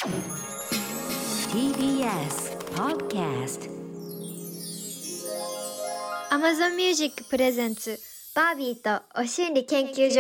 TBS Podcast Amazon Music プレゼンツバービーとお心理研究所。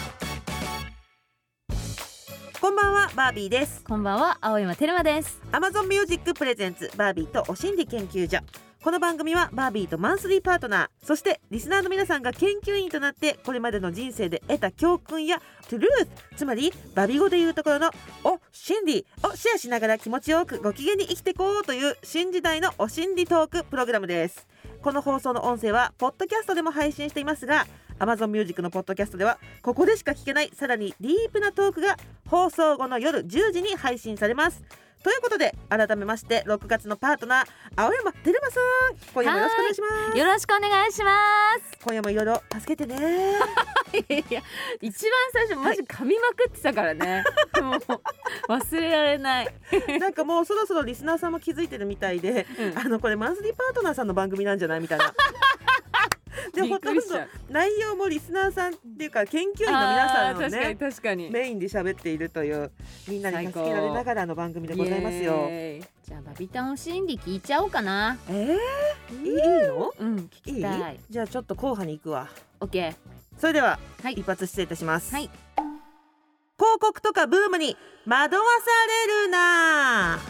こんばんは、バービーです。 こんばんは、青山テルマです。 Amazon Music プレゼンツバービーとお心理研究所。この番組はバービーとマンスリーパートナー、そしてリスナーの皆さんが研究員となってこれまでの人生で得た教訓やトゥルース、つまりバビ語でいうところのお心理をシェアしながら気持ちよくご機嫌に生きていこうという新時代のお心理トークプログラムです。この放送の音声はポッドキャストでも配信していますが、 Amazon Music のポッドキャストではここでしか聞けないさらにディープなトークが放送後の夜10時に配信されます。ということで改めまして6月のパートナー青山テルマさん、今夜もよろしくお願いします。 よろしくお願いしま今夜もいろいろ助けてねす。いや、一番最初マジ噛みまくってたからね、もう忘れられないなんかもうそろそろリスナーさんも気づいてるみたいで、これマンスリーパートナーさんの番組なんじゃないみたいなでほとんど内容もリスナーさんっていうか研究員の皆さんのね確かにメインで喋っているというみんなに助けられながらの番組でございますよ。 じゃあバビタン心理聞いちゃおうかな。 いいの？ 聞きたい。 じゃあちょっと後半に行くわ。 OK。 それでは、 はい、 一発失礼いたします。 はい。 広告とかブームに惑わされるな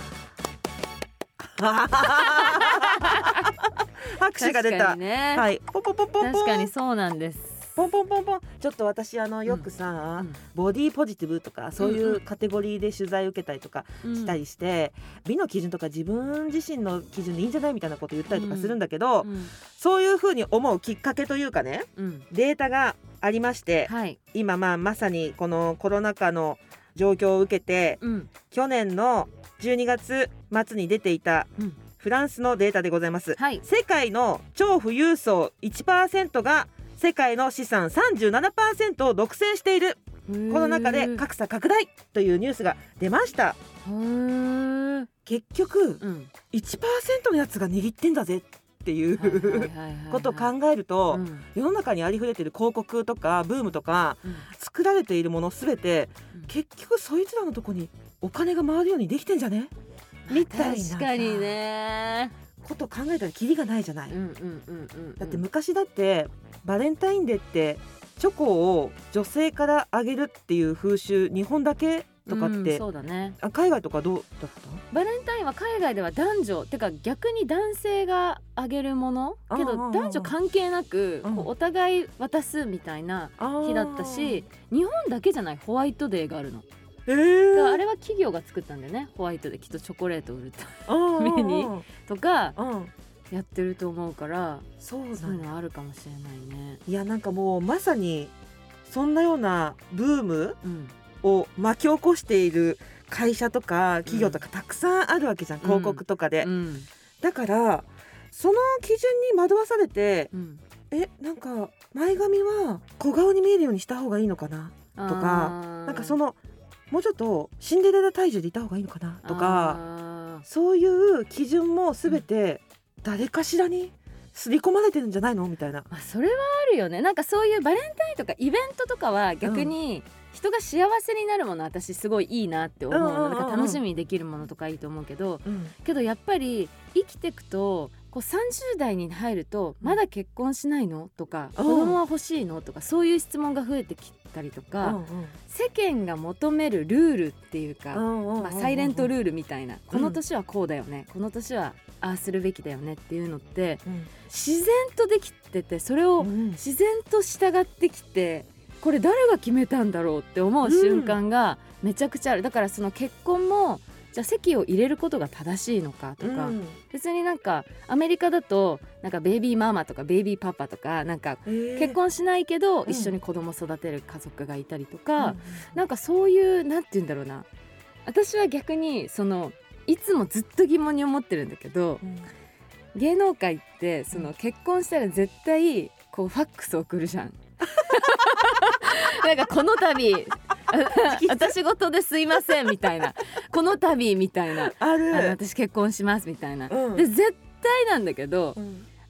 拍手が出た。 確かにね、 はい、ポンポンポンポンポン。 確かにそうなんです。 ポンポンポンポン。ちょっと私よくさ、ボディポジティブとかそういうカテゴリーで取材を受けたりとかしたりして、美の基準とか自分自身の基準でいいんじゃないみたいなこと言ったりとかするんだけど、そういうふうに思うきっかけというかね、データがありまして、はい、今まさにこのコロナ禍の状況を受けて、去年の12月末に出ていた、フランスのデータでございます、はい、世界の超富裕層 1% が世界の資産 37% を独占している。この中で格差拡大というニュースが出ました。結局、1% のやつが握ってんだぜっていうことを考えると、世の中にありふれている広告とかブームとか、作られているものすべて、結局そいつらのとこにお金が回るようにできてんじゃねみたいな確かにねことを考えたらキリがないじゃない。だって昔だってバレンタインデーってチョコを女性からあげるっていう風習日本だけとかって、 そうだね。 海外とかどうだった？ バレンタインは海外では男女てか逆に男性があげるものけど男女関係なくこうお互い渡すみたいな日だったし、日本だけじゃないホワイトデーがあるの。だからあれは企業が作ったんだよね。ホワイトできっとチョコレートを売るためにとかやってると思うから、そういうのあるかもしれないね。 いや、なんかもうまさにそんなようなブームを巻き起こしている会社とか企業とかたくさんあるわけじゃん、広告とかで、だからその基準に惑わされて、なんか前髪は小顔に見えるようにした方がいいのかなとか、なんかそのもうちょっとシンデレラ体重でいた方がいいのかなとか、そういう基準も全て誰かしらに刷り込まれてるんじゃないのみたいな、 それはあるよね。なんかそういうバレンタインとかイベントとかは逆に人が幸せになるもの、私すごいいいなって思うの。なんか楽しみにできるものとかいいと思うけど、けどやっぱり生きていくとこう30代に入るとまだ結婚しないのとか、子供は欲しいのとか、そういう質問が増えてきたりとか、世間が求めるルールっていうか、サイレントルールみたいな、この年はこうだよね、この年はああするべきだよねっていうのって、自然とできてて、それを自然と従ってきて、これ誰が決めたんだろうって思う瞬間がめちゃくちゃある。だからその結婚もじゃあ籍を入れることが正しいのかとか、別になんかアメリカだとなんかベイビーママとかベイビーパパとか、なんか結婚しないけど一緒に子供育てる家族がいたりとか、なんかそういうなんて言うんだろうな、私は逆にそのいつもずっと疑問に思ってるんだけど、芸能界ってその結婚したら絶対こうファックス送るじゃんなんかこの度私事ですいませんみたいな、この度みたいな、私結婚しますみたいな、で絶対なんだけど、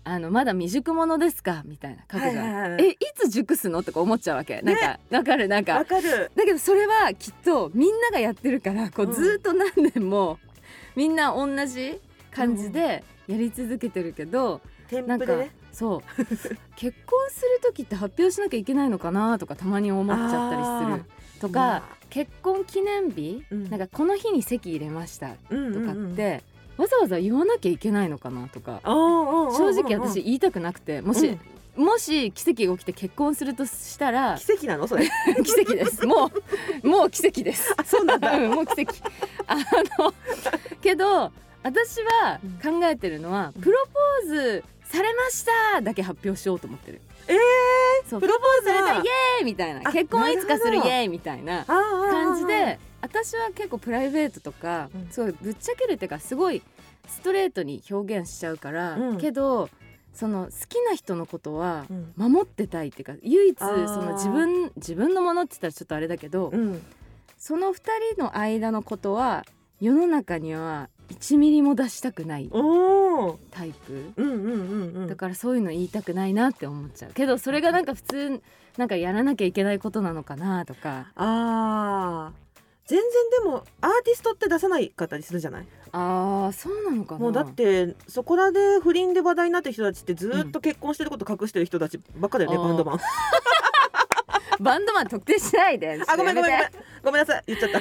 まだ未熟者ですかみたいな書くじゃん、 はいはいはい、 いつ熟すのとか思っちゃうわけ、なんかわかる、なんかわかる。 だけどそれはきっとみんながやってるからこうずっと何年もみんな同じ感じでやり続けてるけど、 添なんか付でね。 そう結婚する時って発表しなきゃいけないのかなとかたまに思っちゃったりするとか、 まあ結婚記念日、なんかこの日に籍入れましたとかって、 うんうんうん、 わざわざ言わなきゃいけないのかなとか、正直私言いたくなくて、もし奇跡が起きて結婚するとしたら奇跡なのそれ奇跡ですもう奇跡ですあ、そうなんだ、 もう奇跡けど私は考えてるのは、プロポーズされましただけ発表しようと思ってる。そうプロポーズされたイエーイみたいな、結婚いつかするイエーイみたいな感じで、私は結構プライベートとか、すごいぶっちゃけるっていうかすごいストレートに表現しちゃうから、けどその好きな人のことは守ってたいっていうか、唯一その自分のものって言ったらちょっとあれだけど、その2人の間のことは世の中には1ミリも出したくないタイプ、だからそういうの言いたくないなって思っちゃうけど、それがなんか普通なんかやらなきゃいけないことなのかなとか。 全然でもアーティストって出さないかったりするじゃない。 そうなのかな。 もうだってそこらで不倫で話題になってる人たちってずっと結婚してること隠してる人たちばっかだよね、バンドマンバンドマン特定しないで。 ごめんなさい、言っちゃった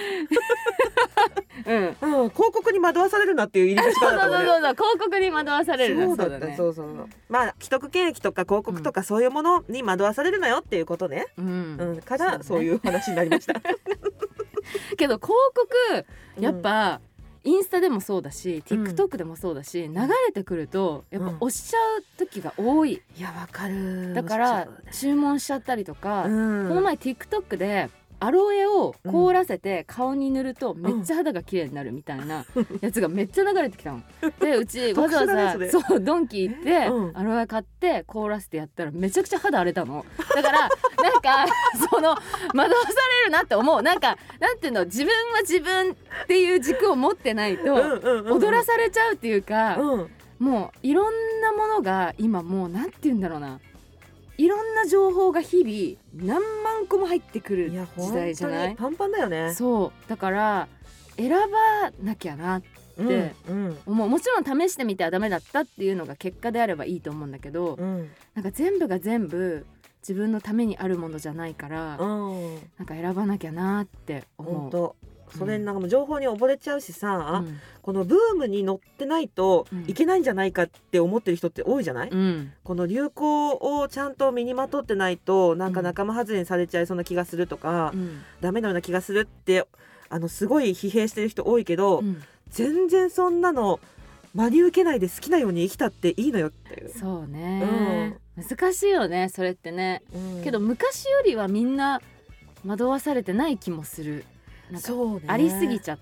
広告に惑わされるなっていう入り口からだったもんね。 そう広告に惑わされるな。 そうだった、そうまあ既得権益とか広告とかそういうものに惑わされるなよっていうことね、からそういう話になりましたけど広告やっぱ、インスタでもそうだし TikTok でもそうだし、流れてくるとやっぱ押しちゃう時が多い。 いやわかる。 だから注文しちゃったりとか、この前 TikTok でアロエを凍らせて顔に塗るとめっちゃ肌が綺麗になるみたいなやつがめっちゃ流れてきたので、うちわざわざそうドンキ行ってアロエ買って凍らせてやったらめちゃくちゃ肌荒れたの。だからなんかその惑わされるなって思う。なんかなんていうの、自分は自分っていう軸を持ってないと踊らされちゃうっていうか、もういろんなものが今もうなんていうんだろうな、いろんな情報が日々何万個も入ってくる時代じゃない。 パンパンだよね。 そうだから選ばなきゃなって思う。もちろん試してみてはダメだったっていうのが結果であればいいと思うんだけど、なんか全部が全部自分のためにあるものじゃないから、なんか選ばなきゃなって思う。 本当それなんかもう情報に溺れちゃうしさ、このブームに乗ってないといけないんじゃないかって思ってる人って多いじゃない、この流行をちゃんと身にまとってないとなんか仲間外れにされちゃいそうな気がするとか、ダメなような気がするってすごい疲弊してる人多いけど、全然そんなの真に受けないで好きなように生きたっていいのよっていう。 そうね、難しいよねそれってね、けど昔よりはみんな惑わされてない気もする。なんかありすぎちゃって、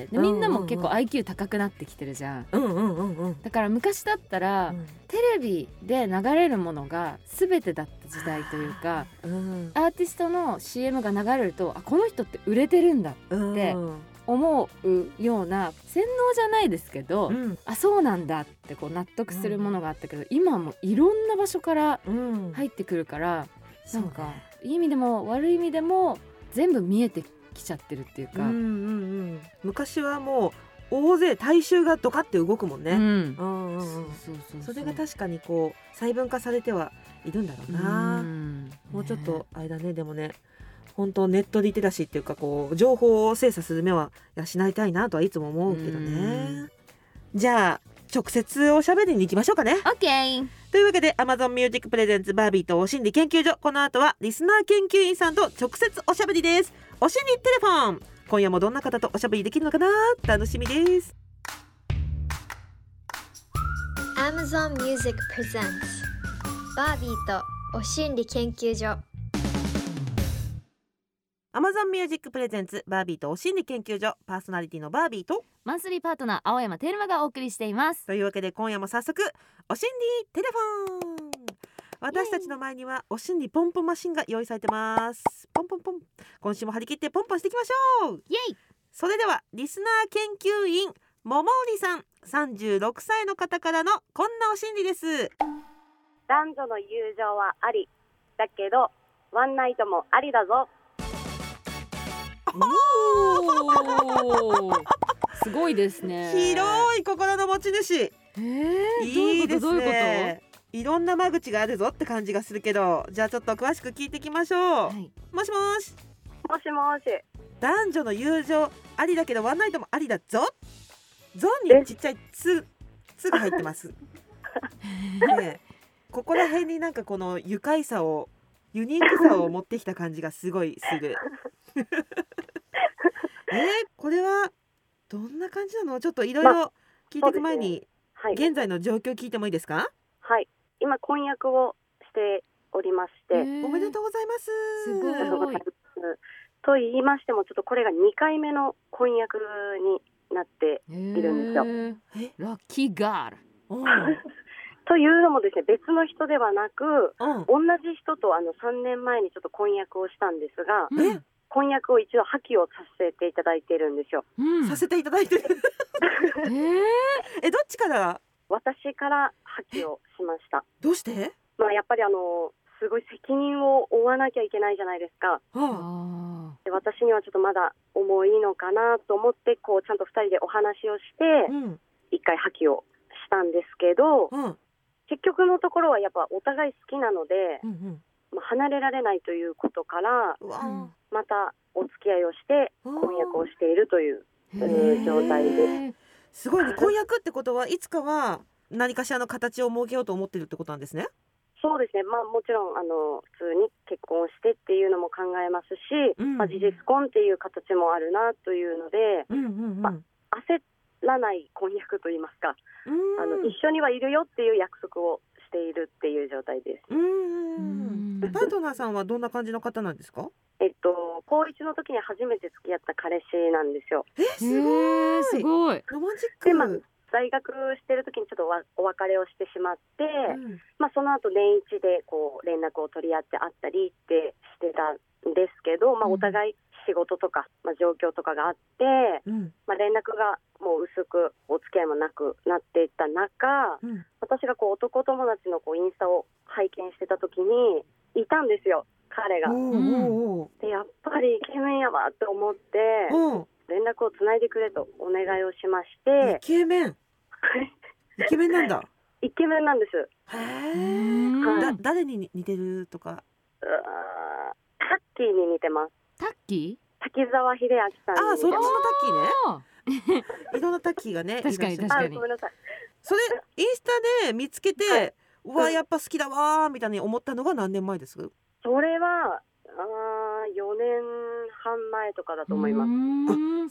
でみんなも結構 IQ 高くなってきてるじゃん。だから昔だったら、テレビで流れるものが全てだった時代というか、アーティストの CM が流れるとこの人って売れてるんだって思うような洗脳じゃないですけど、そうなんだってこう納得するものがあったけど、今はもういろんな場所から入ってくるから、なんかいい意味でも悪い意味でも全部見えてきちゃってるっていうか、 昔はもう大勢大衆がドカって動くもんね。それが確かにこう細分化されてはいるんだろうな。もうちょっとあれだね。でもね本当ネットリテラシーっていうかこう情報を精査する目は養いたいなとはいつも思うけどね。じゃあ直接おしゃべりに行きましょうかね。 OK というわけで Amazon Music Presents バービーとお心理研究所、この後はリスナー研究員さんと直接おしゃべりです。お心理テレフォン、今夜もどんな方とおしゃべりできるのかな、楽しみです。 Amazon Music Presents バービーとお心理研究所。 Amazon Music Presents バービーとお心理研究所、パーソナリティのバービーとマンスリーパートナー青山テルマがお送りしています。 というわけで今夜も早速お心理テレフォン、私たちの前にはお心理ポンポンマシンが用意されてます。ポンポンポン、今週も張り切ってポンポンしていきましょう。 イエイ。 それではリスナー研究員桃織さん36歳の方からのこんなお心理です。 男女の友情はありだけどワンナイトもありだぞ。 おーすごいですね。 広い心の持ち主。いいですどういうね。いろんな間口があるぞって感じがするけど、じゃあちょっと詳しく聞いていきましょう。 はい、 もしもし。 もしもし。 男女の友情ありだけどワンナイトもありだぞ。ゾにちっちゃいつが入ってますね。ここら辺になんかこの愉快さをユニークさを持ってきた感じがすごいするこれはどんな感じなの？ちょっといろいろ聞いていく前に、 はい、 現在の状況聞いてもいいですか？ はい、今婚約をしておりまして、 おめでとうございます。 すごい。 と言いましてもちょっとこれが2回目の婚約になっているんですよ。 ラッキーガール。 というのもですね、別の人ではなく、同じ人と3年前にちょっと婚約をしたんですが、婚約を一応破棄をさせていただいているんですよ。 させていただいてるどっちから？ 私から破棄をしました。 どうして？ やっぱりすごい責任を負わなきゃいけないじゃないですか。で私にはちょっとまだ重いのかなと思ってこうちゃんと2人でお話をして一回破棄をしたんですけど、結局のところはやっぱお互い好きなので、離れられないということからまたお付き合いをして婚約をしているという状態です。 すごいね。婚約ってことはいつかは何かしらの形を設けようと思ってるってことなんですね。 そうですね、もちろん普通に結婚してっていうのも考えますし、事実婚っていう形もあるなというので、焦らない婚約といいますか、一緒にはいるよっていう約束をしているっていう状態です。 パートナーさんはどんな感じの方なんですか？ 高1の時に初めて付き合った彼氏なんですよ。 すごいロマンチック。 大学してる時にちょっとお別れをしてしまって、その後年一でこう連絡を取り合って会ったりってしてたんですけど、お互い仕事とか、状況とかがあって、連絡がもう薄くお付き合いもなくなっていった中、私がこう男友達のこうインスタを拝見してた時にいたんですよ、彼が。でやっぱりイケメンやわって思って連絡をつないでくれとお願いをしまして。 イケメンイケメンなんだ。 イケメンなんです。 誰に似てるとか？ タッキーに似てます。 タッキー？ 滝沢秀明さんに似てます。 そっちのタッキーね。いろんなタッキーがね。 確かに確かに。 ごめんなさい。 それインスタで見つけて、うわやっぱ好きだわみたいに思ったのが何年前です？ それは4年半前とかだと思います。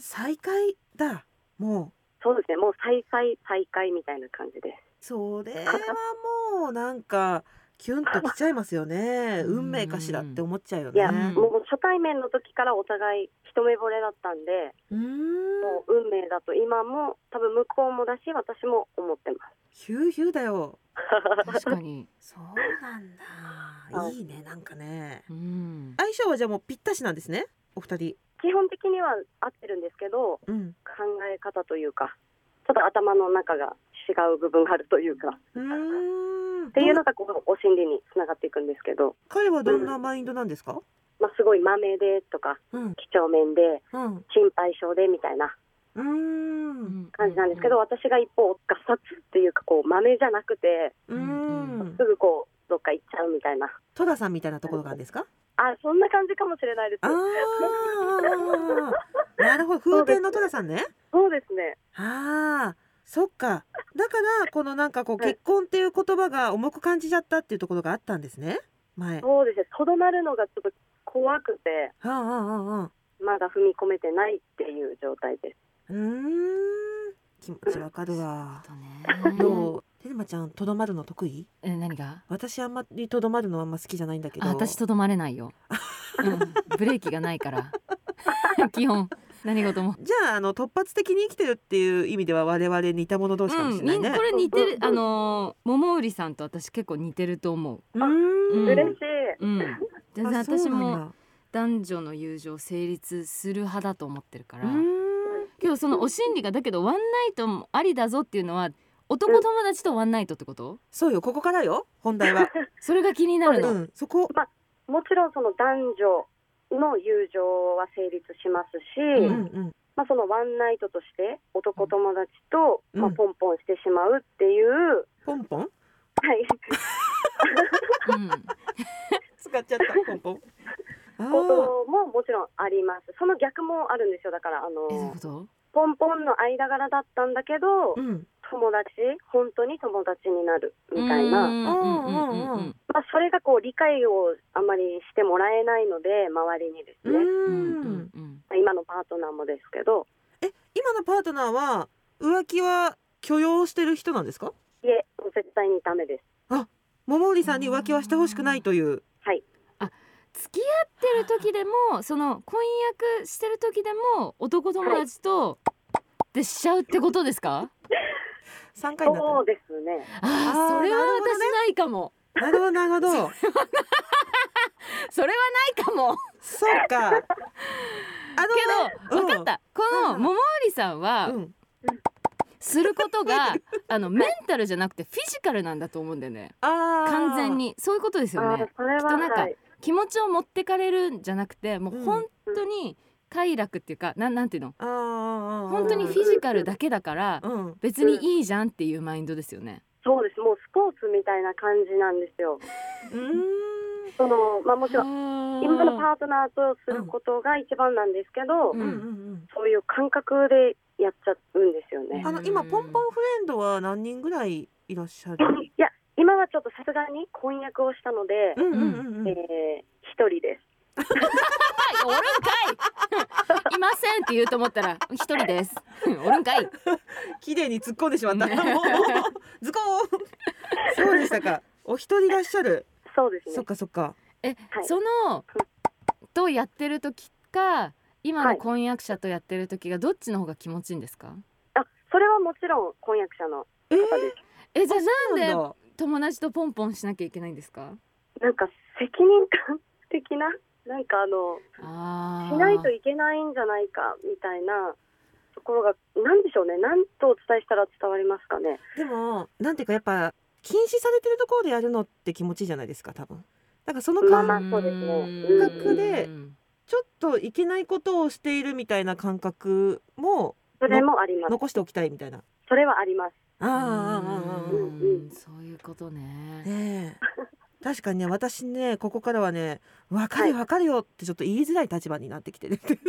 再会だ。もうそうですね、もう再会みたいな感じです。 それはもうなんかキュンときちゃいますよね。運命かしらって思っちゃうよね。 いやもう初対面の時からお互い一目惚れだったんで、もう運命だと今も多分向こうもだし私も思ってます。 ヒューヒューだよ。 確かにそうなんだ。いいね、なんかね。相性はじゃあもうぴったしなんですね、お二人。 基本的には合ってるんですけど、考え方というかちょっと頭の中が違う部分があるというかっていうのがこのお心理につながっていくんですけど。 彼はどんなマインドなんですか？ すごいマメでとか、几帳面で、心配性でみたいな感じなんですけど、私が一方ガサツっていうかこうマメじゃなくてすぐこうどっか行っちゃうみたいな。 戸田さんみたいなところがあるんですか？ そんな感じかもしれないです。 なるほど、風天の戸田さんね。 そうですね。 そっか。だからこのなんかこう結婚っていう言葉が重く感じちゃったっていうところがあったんですね、前。 そうですね、とどまるのがちょっと怖くてまだ踏み込めてないっていう状態です。 気持ちわかるわ。どう？テルマちゃんとどまるの得意？ 何が？ 私あんまりとどまるのはあんま好きじゃないんだけど。 私とどまれないよ。ブレーキがないから基本何事も。 じゃあ突発的に生きてるっていう意味では我々似た者同士かもしれないね。 これ似てる。桃売さんと私結構似てると思う。 嬉しい。 全然私も男女の友情成立する派だと思ってるから。けどそのお心理がだけどワンナイトもありだぞっていうのは男友達とワンナイトってこと？ そうよ、ここからよ本題はそれが気になるの。 そこ、 もちろんその男女の友情は成立しますし、そのワンナイトとして男友達と、ポンポンしてしまうっていう、 ポンポン、 はい使っちゃったポンポンことももちろんあります。その逆もあるんですよ。だからどういうこと？ ポンポンの間柄だったんだけど、友達、本当に友達になるみたいな、それがこう理解をあまりしてもらえないので、周りにですね、今のパートナーもですけど。 今のパートナーは浮気は許容してる人なんですか？ いえ、絶対にダメです。 桃織さんに浮気はしてほしくないという。 はい。 付き合ってる時でもその婚約してる時でも男友達とってしちゃうってことですか ？3回になった。 そうですね。 それは私ないかも。 なるほどなるほどそれはないかも。 そうかけど分かった、この桃織さんは、することがメンタルじゃなくてフィジカルなんだと思うんだよね。完全にそういうことですよね。 それはきっとなんか、気持ちを持ってかれるんじゃなくて、もう本当に快楽っていうか、なんていうの、本当にフィジカルだけだから、別にいいじゃんっていうマインドですよね。 そうです。もうスポーツみたいな感じなんですよ。もちろん今のパートナーとすることが一番なんですけど、そういう感覚でやっちゃうんですよね。 今ポンポンフレンドは何人ぐらいいらっしゃる？ いや、今はちょっとさすがに婚約をしたので、一人です。 おるんかいいませんって言うと思ったら一人ですおるんかい綺麗に突っ込んでしまったズコーンそうでしたか。お一人いらっしゃる。 そうですね。 そっかそっか。 そのとやってる時か今の婚約者とやってる時がどっちの方が気持ちいいんですか？ それはもちろん婚約者の方です。 じゃあなんで友達とポンポンしなきゃいけないんですか？ なんか責任感的な、なんかしないといけないんじゃないかみたいなところが、なんでしょうね。なんとお伝えしたら伝わりますかね。 でもなんていうか、やっぱ禁止されてるところでやるのって気持ちいいじゃないですか、多分。だからその感そうですね。 覚でちょっといけないことをしているみたいな感覚もそれもあります。 残しておきたいみたいな。 それはあります。 そういうことね。 ね確かにね、私ね、ここからはね、分かる分かるよってちょっと言いづらい立場になってきてるそう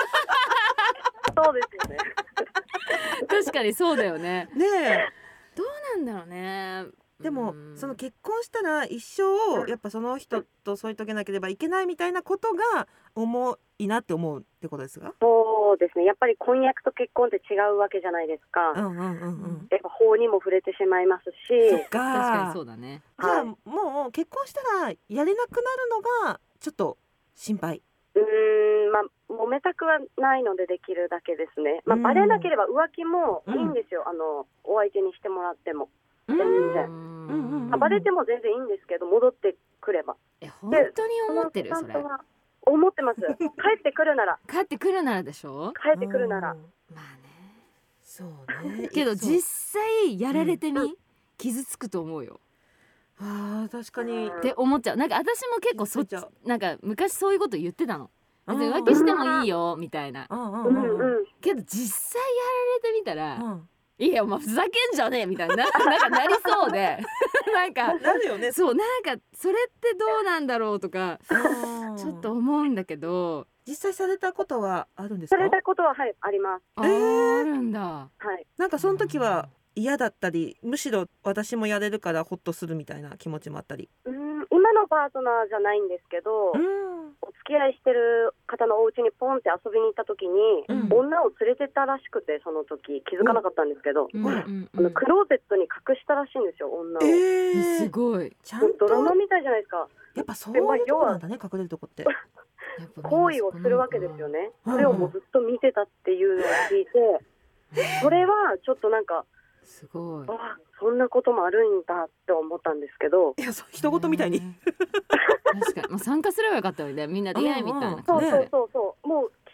ですよね確かにそうだよね。 ねえ、 どうなんだろうね。 でもその結婚したら一生やっぱその人と添い遂げなければいけないみたいなことが重いなって思うってことですが。 そうですね。やっぱり婚約と結婚って違うわけじゃないですか。やっぱ法にも触れてしまいますし。 そっか、 確かにそうだね。 じゃあもう結婚したらやれなくなるのがちょっと心配。 揉めたくはないのでできるだけですね。バレなければ浮気もいいんですよ。お相手にしてもらっても全然。バレても全然いいんですけど、戻ってくれば。 本当に思ってる？それ思ってます。帰ってくるなら。 帰ってくるならでしょ。 帰ってくるなら。 まあね。 そうね。 けど実際やられてみ、傷つくと思うよ。 確かにって思っちゃう。なんか私も結構そっち、なんか昔そういうこと言ってたの。浮気してもいいよみたいな。けど実際やられてみたら、いやお前ふざけんじゃねえみたいな、なんかなりそうでなんかなるよね。 そう、なんかそれってどうなんだろうとかちょっと思うんだけど。 実際されたことはあるんですか？ されたことはあります。 あるんだ。 はい。 なんかその時は嫌だったり、むしろ私もやれるからホッとするみたいな気持ちもあったり。 今のパートナーじゃないんですけど、お付き合いしてる方のお家にポンって遊びに行った時に、女を連れてったらしくて、その時気づかなかったんですけど、クローゼットに隠したらしいんですよ、女を。 すごい。 ちゃんとドラマみたいじゃないですか。 やっぱそういうとこなんだね、隠れるとこって。 行為をするわけですよね。それをもうずっと見てたっていうのを聞いて、それはちょっとなんかすごい、 そんなこともあるんだって思ったんですけど。 いや、人事みたいに確かに、もう参加すればよかったので、みんな出会いみたいな感じで。 そうもう来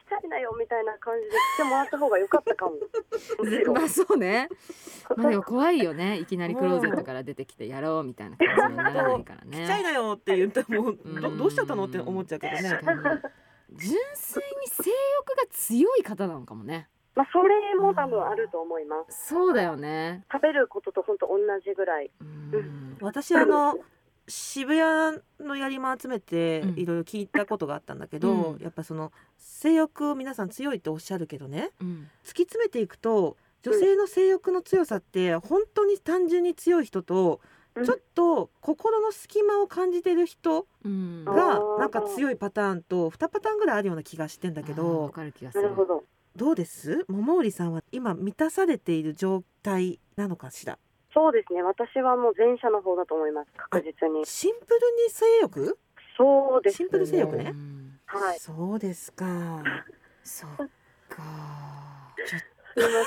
ちゃいなよみたいな感じで来てもらった方が良かったかも。 まあそうね、まあ、でも怖いよね、いきなりクローゼットから出てきてやろうみたいな感じにならないからね。 来ちゃいなよって言ってもうんどうしちゃったのって思っちゃうけどね。 確かに純粋に性欲が強い方なのかもね。 まあそれも多分あると思います。 そうだよね。 食べることと本当同じぐらい。 私渋谷のやりも集めていろいろ聞いたことがあったんだけど、やっぱその性欲皆さん強いっておっしゃるけどね、突き詰めていくと女性の性欲の強さって本当に単純に強い人と、ちょっと心の隙間を感じてる人がなんか強いパターンと2パターンぐらいあるような気がしてんだけど、 わかる気がする。 なるほど。 どうです？桃織さんは今満たされている状態なのかしら？ そうですね、私はもう前者の方だと思います。確実に。 シンプルに性欲？ そうですね。 シンプル性欲ね。 はい。 そうですか。 そっか。 ちょっすいません。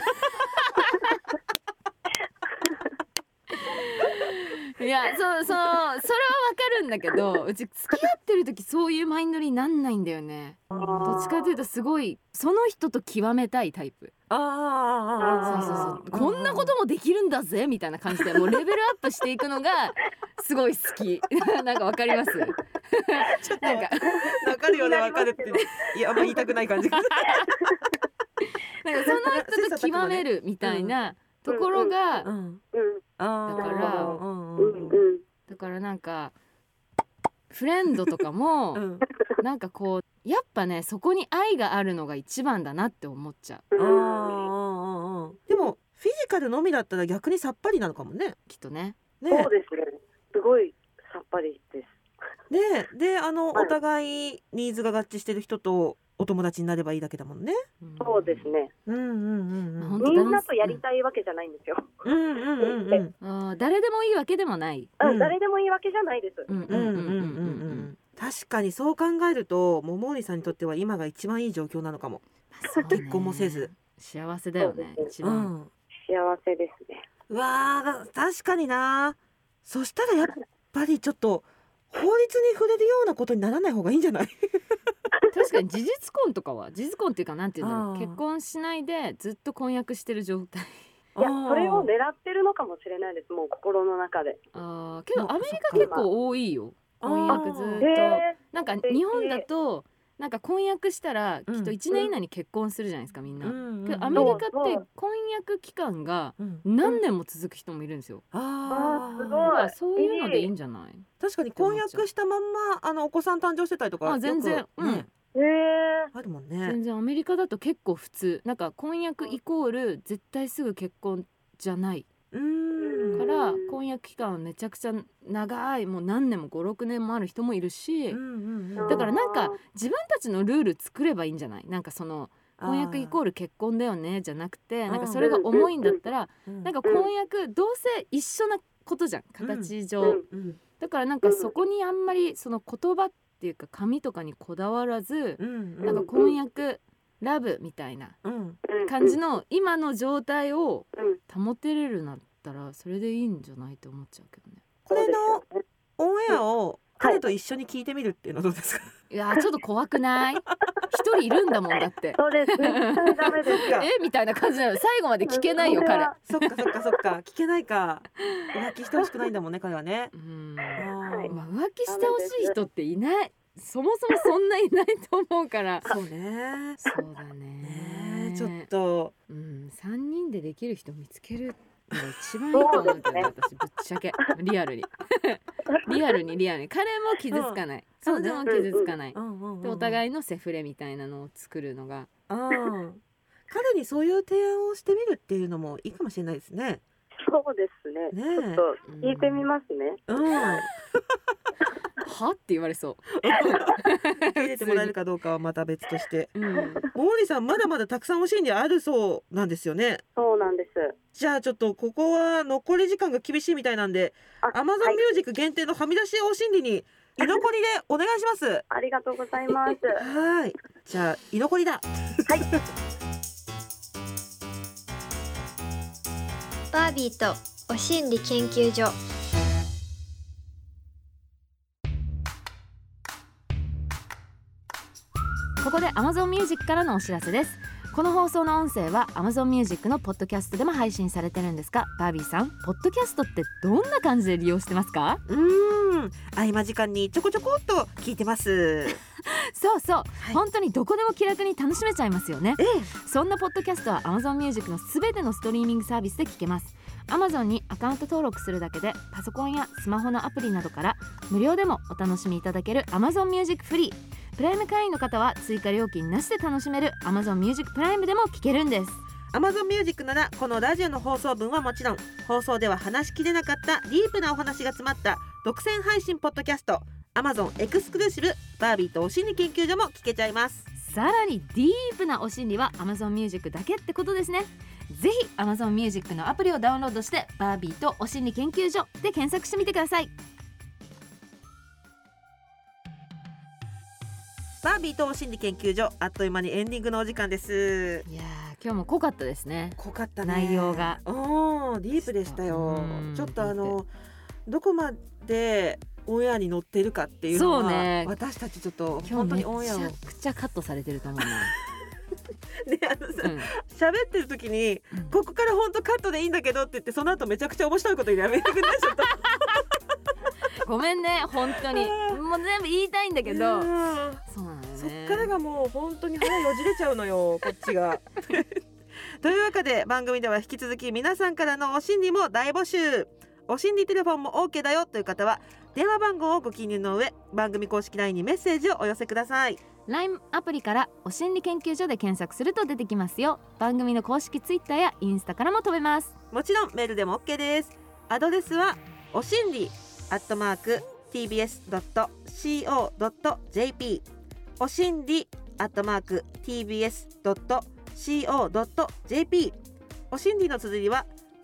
いやそれはわかるんだけど、うち付き合ってる時そういうマインドになんないんだよね。どっちかというとすごいその人と極めたいタイプ。そうこんなこともできるんだぜみたいな感じでもうレベルアップしていくのがすごい好き。なんかわかります？なんかわかるよね、わかるって、いやあんま言いたくない感じ。 なんかその人と極めるみたいなところが、だからなんかフレンドとかもなんかこうやっぱね、そこに愛があるのが一番だなって思っちゃう。 でもフィジカルのみだったら逆にさっぱりなのかもね、 きっとね。 そうですね、すごいさっぱりです。 でお互いニーズが合致してる人とお友達になればいいだけだもんね。 そうですね。みんなとやりたいわけじゃないんですよ。 誰でもいいわけでもない。 誰でもいいわけじゃないです。 確かにそう考えると桃織さんにとっては今が一番いい状況なのかも。結婚もせず幸せだよね、一番。 幸せですね。 うわー、確かにな。そしたらやっぱりちょっと法律に触れるようなことにならない方がいいんじゃない？ 確かに事実婚とかは事実婚っていうかなんていうんだろう、結婚しないでずっと婚約してる状態。 いや、それを狙ってるのかもしれないです、もう心の中で。 けどアメリカ結構多いよ、婚約ずっと。なんか日本だとなんか婚約したらきっと1年以内に結婚するじゃないですか、みんな。けどアメリカって婚約期間が何年も続く人もいるんですよ。 すごい。 そういうのでいいんじゃない？ 確かに婚約したまんまお子さん誕生してたりとか全然あるもんね。 全然アメリカだと結構普通。なんか婚約イコール絶対すぐ結婚じゃないから婚約期間はめちゃくちゃ長い、もう何年も5、6年もある人もいるし、だからなんか自分たちのルール作ればいいんじゃない？なんかその婚約イコール結婚だよねじゃなくて、なんかそれが重いんだったらなんか婚約どうせ一緒なことじゃん、形上。だからなんかそこにあんまりその言葉っていうか紙とかにこだわらず、なんか婚約ラブみたいな感じの今の状態を保てれるなったらそれでいいんじゃないと思っちゃうけどね。 これのオンエアを彼と一緒に聞いてみるっていうのはどうですか？ いやちょっと怖くない？一人いるんだもんだって。 そうです。ダメですか。 みたいな感じなの。最後まで聞けないよ彼。 そっか聞けないか。浮気してほしくないんだもんね彼はね。 浮気してほしい人っていない。そもそもそんないないと思うから。 そうね。 そうだね。 ちょっと 3人でできる人見つけるのが一番いいと思うけどね、私ぶっちゃけリアルに彼も傷つかない、彼女も傷つかない、でお互いのセフレみたいなのを作るのが、 彼にそういう提案をしてみるっていうのもいいかもしれないですね。 そうですね。ちょっと聞いてみますね。 はって言われそう。 受け入れてもらえるかどうかはまた別として。桃織さんまだまだたくさん欲しいんであるそうなんですよね。 そうなんです。 じゃあちょっとここは残り時間が厳しいみたいなんで、Amazon Music 限定のはみ出しお心理に居残りでお願いします。 ありがとうございます。 はい。じゃあ居残りだ。はい。 バービーとお心理研究所。 ここで Amazon Music からのお知らせです。この放送の音声は Amazon Music のポッドキャストでも配信されてるんですが、バービーさん、ポッドキャストってどんな感じで利用してますか？ 合間時間にちょこちょこっと聞いてますそうそう、 はい、 本当にどこでも気楽に楽しめちゃいますよね。そんなポッドキャストは Amazon Music のすべてのストリーミングサービスで聞けます。 Amazon にアカウント登録するだけでパソコンやスマホのアプリなどから無料でもお楽しみいただける Amazon Music フリー。プライム会員の方は追加料金なしで楽しめる Amazon Music プライムでも聞けるんです。 Amazon Music ならこのラジオの放送分はもちろん、放送では話しきれなかったディープなお話が詰まった独占配信ポッドキャスト Amazon エクスクルーシブバービーとお心理研究所も聞けちゃいます。 さらにディープなお心理は Amazon Music だけってことですね。ぜひ Amazon Music のアプリをダウンロードしてバービーとお心理研究所で検索してみてください。 バービーとお心理研究所、あっという間にエンディングのお時間です。 いや今日も濃かったですね。 濃かったね、 内容がディープでしたよ。ちょっとどこまでオンエアに載ってるかっていうのは、 そうね、 私たちちょっと本当にオンエアをめちゃくちゃカットされてると思うなね、喋ってる時に、ここから本当カットでいいんだけどって言って、その後めちゃくちゃ面白いことやめてくれないちょっとごめんね、本当にもう全部言いたいんだけど、そうなのよね。 そっからがもう本当に腹よじれちゃうのよこっちがというわけで番組では引き続き皆さんからのお心理も大募集。お心理テレフォンも OK だよという方は電話番号をご記入の上、番組公式 LINE にメッセージをお寄せください。 LINE アプリからお心理研究所で検索すると出てきますよ。番組の公式 Twitter やインスタからも飛べます。 もちろんメールでも OK です。アドレスはお心理@tbs.co.jp お心理@tbs.co.jp お心理の綴りは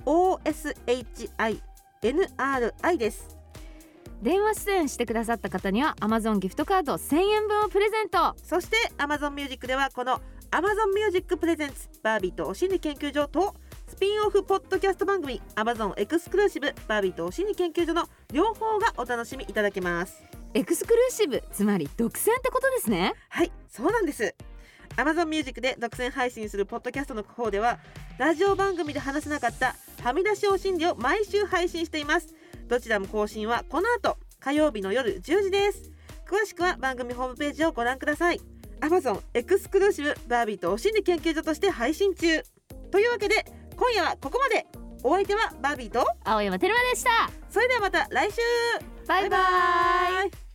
OSHINRI です。 電話出演してくださった方には Amazon ギフトカード1000円分をプレゼント。 そして Amazon Music ではこの Amazon Music プレゼンツバービーとお心理研究所とスピンオフポッドキャスト番組 Amazon エクスクルーシブバービーとお心理研究所の両方がお楽しみいただけます。 エクスクルーシブ、つまり独占ってことですね。 はい、そうなんです。 Amazon Music で独占配信するポッドキャストの方ではラジオ番組で話せなかったはみ出しお心理を毎週配信しています。どちらも更新はこの後火曜日の夜10時です。詳しくは番組ホームページをご覧ください。 Amazon エクスクルーシブバービーとお心理研究所として配信中というわけで今夜はここまで。お相手はバービーと青山テルマでした。 それではまた来週。 バイバイ。